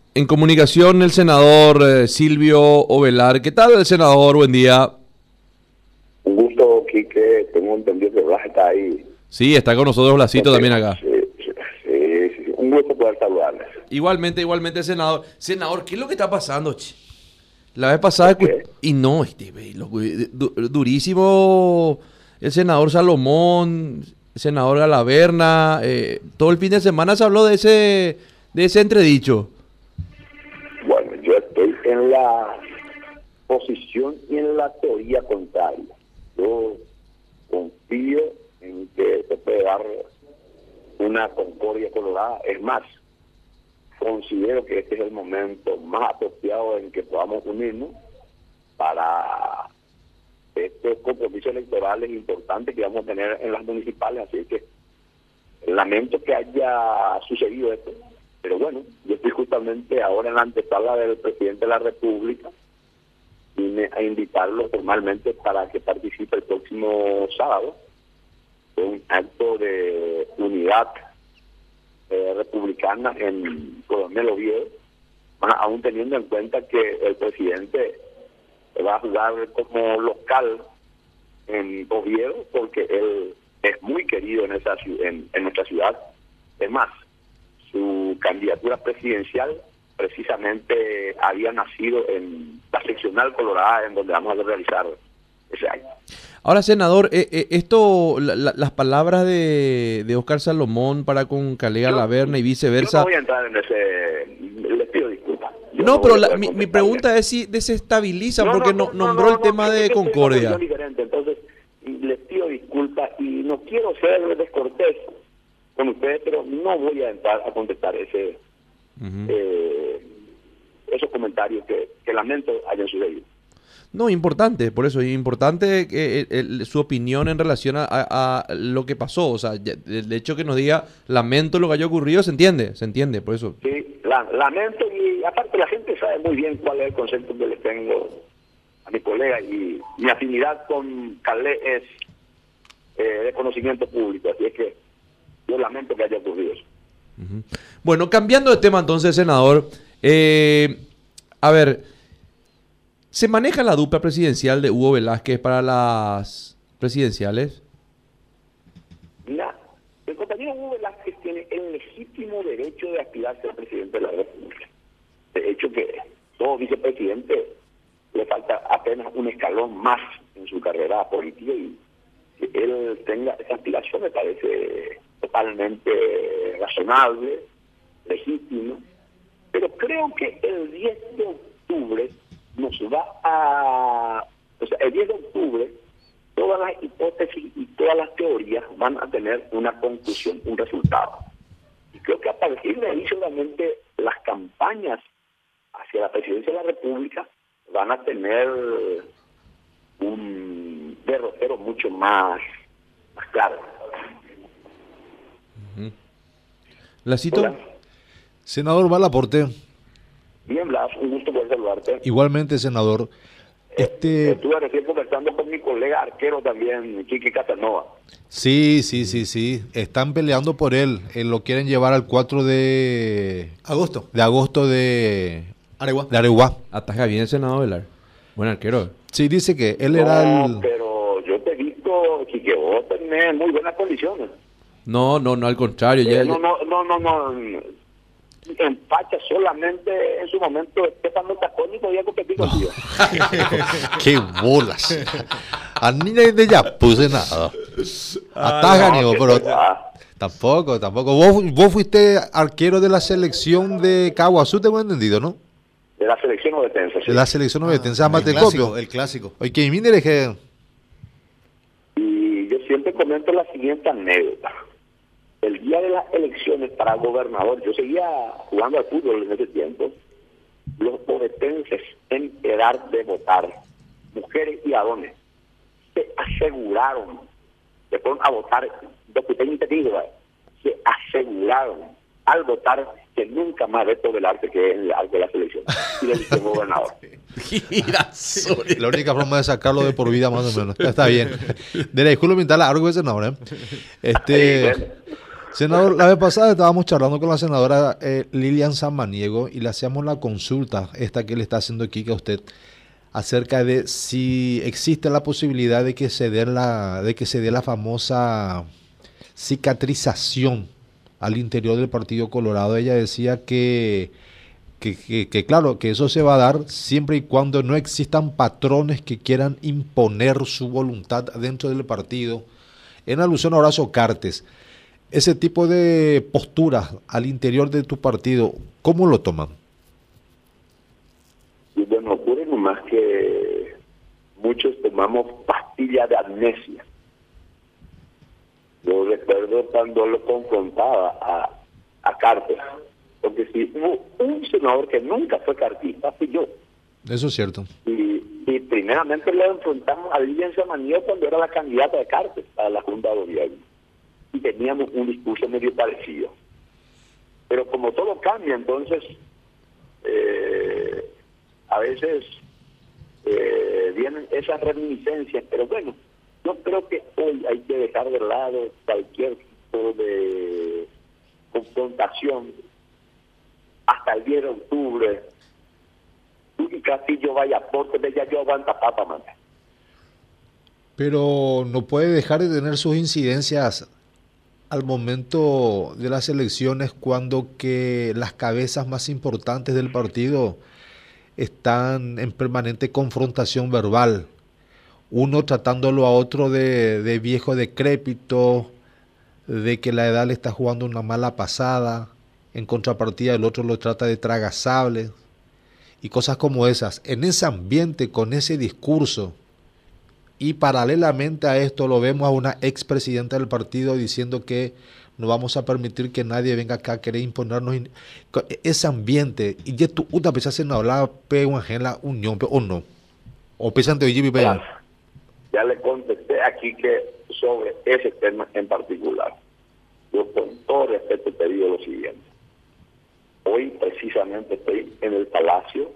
En comunicación, el senador Silvio Ovelar. ¿Qué tal, el senador? Buen día. Un gusto, Quique. Tengo entendido que Blas está ahí. Sí, está con nosotros Blasito también acá. Sí. Un gusto poder saludarles. Igualmente, senador. Senador, ¿qué es lo que está pasando, che? La vez pasada... Y no, durísimo el senador Salomón, el senador Galaverna. Todo el fin de semana se habló de ese entredicho. Bueno, yo estoy en la posición y en la teoría contraria. Yo confío en que se puede dar una concordia colorada. Es más, considero que este es el momento más apropiado en que podamos unirnos para estos compromisos electorales importantes que vamos a tener en las municipales. Así que lamento que haya sucedido esto, pero bueno, yo estoy justamente ahora en la antesala del presidente de la República. Vine a invitarlo formalmente para que participe el próximo sábado en un acto de unidad republicana en Coronel Oviedo, aún teniendo en cuenta que el presidente va a jugar como local en Oviedo, porque él es muy querido en nuestra ciudad. Es más, su candidatura presidencial precisamente había nacido en la seccional colorada, en donde vamos a realizar ese año. Ahora, senador, las palabras de Oscar Salomón para con Calega Laverna y viceversa... Yo no voy a entrar en ese... Les pido disculpas. No, pero mi pregunta es si desestabiliza, porque nombró el tema de Concordia. Entonces, les pido disculpas y no quiero ser descortés con ustedes, pero no voy a entrar a contestar esos comentarios que lamento hayan sucedido. No, importante, por eso, importante su opinión en relación a lo que pasó. O sea, el hecho que nos diga lamento lo que haya ocurrido, se entiende, por eso. Sí, lamento, y aparte la gente sabe muy bien cuál es el concepto que le tengo a mi colega, y mi afinidad con Calé es de conocimiento público, así es que yo lamento que haya ocurrido eso. Bueno, cambiando de tema entonces, senador, a ver, ¿se maneja la dupla presidencial de Hugo Velázquez para las presidenciales? Mira, el compañero Hugo Velázquez tiene el legítimo derecho de aspirar a ser presidente de la República. De hecho, que todo vicepresidente le falta apenas un escalón más en su carrera política, y que él tenga esa aspiración me parece totalmente razonable, legítimo, pero creo que el 10 de octubre nos va a... O sea, el 10 de octubre todas las hipótesis y todas las teorías van a tener una conclusión, un resultado. Y creo que a partir de ahí solamente las campañas hacia la presidencia de la República van a tener un derrotero mucho más claro. ¿Lacito? Hola. Senador Valaporte. Bien, Blas, un gusto poder saludarte. Igualmente, senador. Estuve recién conversando con mi colega arquero también, Kiki Casanova. Sí. Están peleando por él. Lo quieren llevar al 4 de agosto de Areguá. Ataja bien el senador Velar. Buen arquero. Sí, dice que él era el... Pero yo te he visto, Kike, vos tenés muy buenas condiciones. No, al contrario. No. Empacha solamente en su momento Estefano Tacón y podía competir contigo. ¡Qué bolas! A niña de ya puse nada. Ataja, Niego, pero tampoco. Vos fuiste arquero de la selección de Caguazú, tengo entendido, ¿no? De la selección ovetense, sí. De la selección ovetense, Matecopio. El clásico. Oye, que mire que... Y yo siempre comento la siguiente anécdota. El día de las elecciones para gobernador, yo seguía jugando al fútbol en ese tiempo, los ovetenses en edad de votar, mujeres y varones, se aseguraron, se fueron a votar, se aseguraron al votar que nunca más Beto Velarde que en el arco de la selección y le dije gobernador. La única forma de sacarlo de por vida, más o menos. Está bien. De la disculpa mental, algo de senador, Senador, la vez pasada estábamos charlando con la senadora Lilian Samaniego y le hacíamos la consulta, esta que le está haciendo Kike a usted, acerca de si existe la posibilidad de que se dé la famosa cicatrización al interior del Partido Colorado. Ella decía que claro, que eso se va a dar siempre y cuando no existan patrones que quieran imponer su voluntad dentro del partido. En alusión a Horacio Cartes, ese tipo de posturas al interior de tu partido, ¿cómo lo toman? Y bueno, ocurre nomás que muchos tomamos pastillas de amnesia. Yo recuerdo cuando lo confrontaba a Cartes, porque si hubo un senador que nunca fue cartista, fui yo. Eso es cierto. Y primeramente lo enfrentamos a Lilian Samaniego cuando era la candidata de Cartes a la Junta de Gobierno. Y teníamos un discurso medio parecido. Pero como todo cambia, entonces a veces vienen esas reminiscencias, pero bueno, yo creo que hoy hay que dejar de lado cualquier tipo de confrontación hasta el 10 de octubre. Tú y Castillo vaya porque de ya yo aguanta papa, man. Pero no puede dejar de tener sus incidencias al momento de las elecciones, cuando que las cabezas más importantes del partido están en permanente confrontación verbal, uno tratándolo a otro de viejo decrépito, de que la edad le está jugando una mala pasada, en contrapartida el otro lo trata de tragasable y cosas como esas. En ese ambiente, con ese discurso, y paralelamente a esto lo vemos a una expresidenta del partido diciendo que no vamos a permitir que nadie venga acá a querer imponernos ese ambiente. Y ya tú una vez en hablar en la unión o no, o piensan de hoy. Ya le contesté aquí que sobre ese tema en particular, yo con todo respeto te digo lo siguiente. Hoy precisamente estoy en el Palacio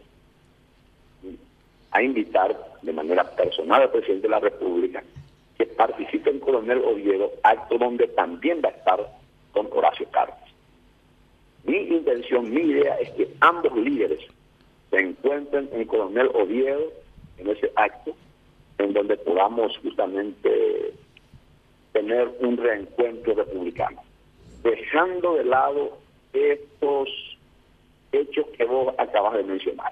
a invitar de manera personal al presidente de la República que participe en Coronel Oviedo, acto donde también va a estar con Horacio Cartes. Mi intención, mi idea es que ambos líderes se encuentren en Coronel Oviedo en ese acto, en donde podamos justamente tener un reencuentro republicano, dejando de lado estos hechos que vos acabas de mencionar.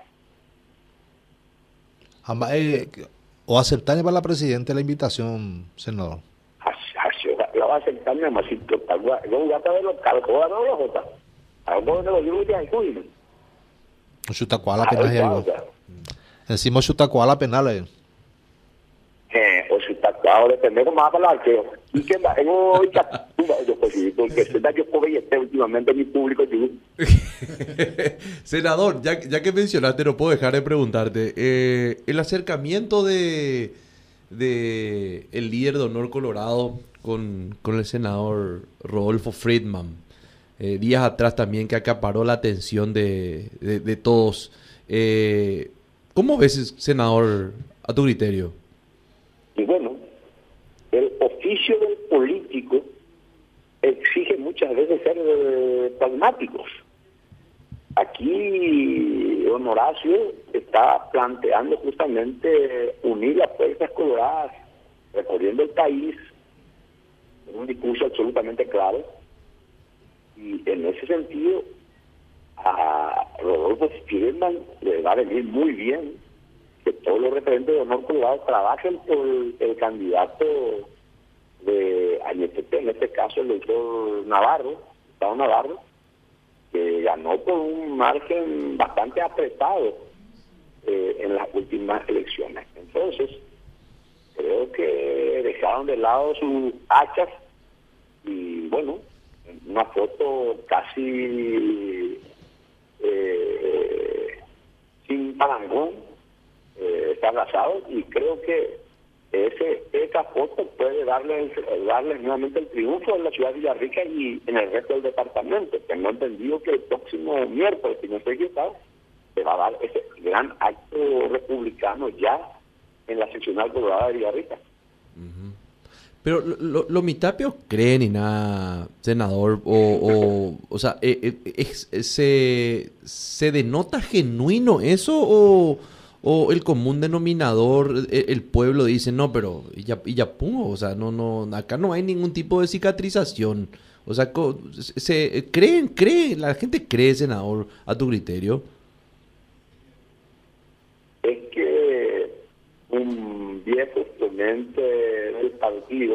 O aceptar para la presidenta la invitación, senador. La va a aceptar mi amacito. Yo voy a ver los calcos, no los jota. Algo de los lluvia y cuiden. Chutacuala penal algo. Encima chutacuala penal. O chutacuala depende cómo va para el arqueo. Y que va, yo pues porque se da yo este últimamente mi público. Senador, ya que mencionaste, no puedo dejar de preguntarte, el acercamiento de el líder de Honor Colorado con el senador Rodolfo Friedman, días atrás también, que acaparó la atención de todos. ¿Cómo ves, senador, a tu criterio? Y bueno, el oficio del político exige muchas veces ser pragmáticos. Aquí don Horacio está planteando justamente unir las fuerzas coloradas, recorriendo el país, en un discurso absolutamente claro, y en ese sentido a Rodolfo Friedman le va a venir muy bien que todos los referentes de Honor Colorado trabajen por el candidato de ANTP, en este caso el doctor Navarro, Gustavo Navarro, que ganó por un margen bastante apretado en las últimas elecciones. Entonces, creo que dejaron de lado sus hachas y, bueno, una foto casi sin parangón, está abrazado, y creo que esa foto puede darle nuevamente el triunfo en la ciudad de Villarrica y en el resto del departamento. Tengo entendido que el próximo miércoles, si no estoy equivocado, se va a dar ese gran acto republicano ya en la seccional colorada de Villarrica. Pero los mitapios creen y nada, senador, o sea, ¿se denota genuino eso o el común denominador, el pueblo dice, no, pero y ya pongo, o sea, no, acá no hay ningún tipo de cicatrización? O sea, la gente cree, senador, a tu criterio. Es que un viejo exponente del partido,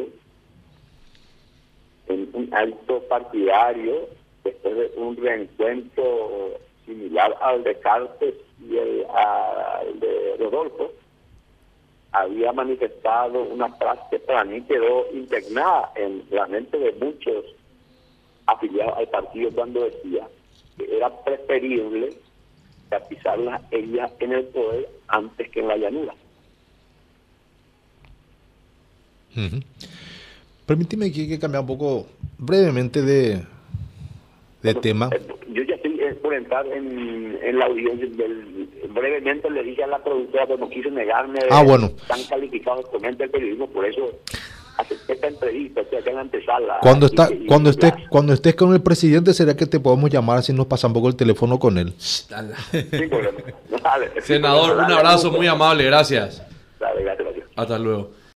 en un alto partidario, después de un reencuentro similar al de Cartes y al de Rodolfo, había manifestado una frase que para mí quedó impregnada en la mente de muchos afiliados al partido cuando decía que era preferible pisarlas ellas en el poder antes que en la llanura. Permíteme que cambiar un poco brevemente de tema. Yo ya estoy por entrar en la audiencia. Brevemente le dije a la productora que no quiso negarme Bueno. tan calificados exponentes del periodismo, por eso acepté esta entrevista, estoy acá en la antesala. Cuando estés con el presidente, ¿será que te podemos llamar así nos pasa un poco el teléfono con él? Sin problema. Dale. Senador, un abrazo muy amable, gracias. Dale, gracias. Hasta luego.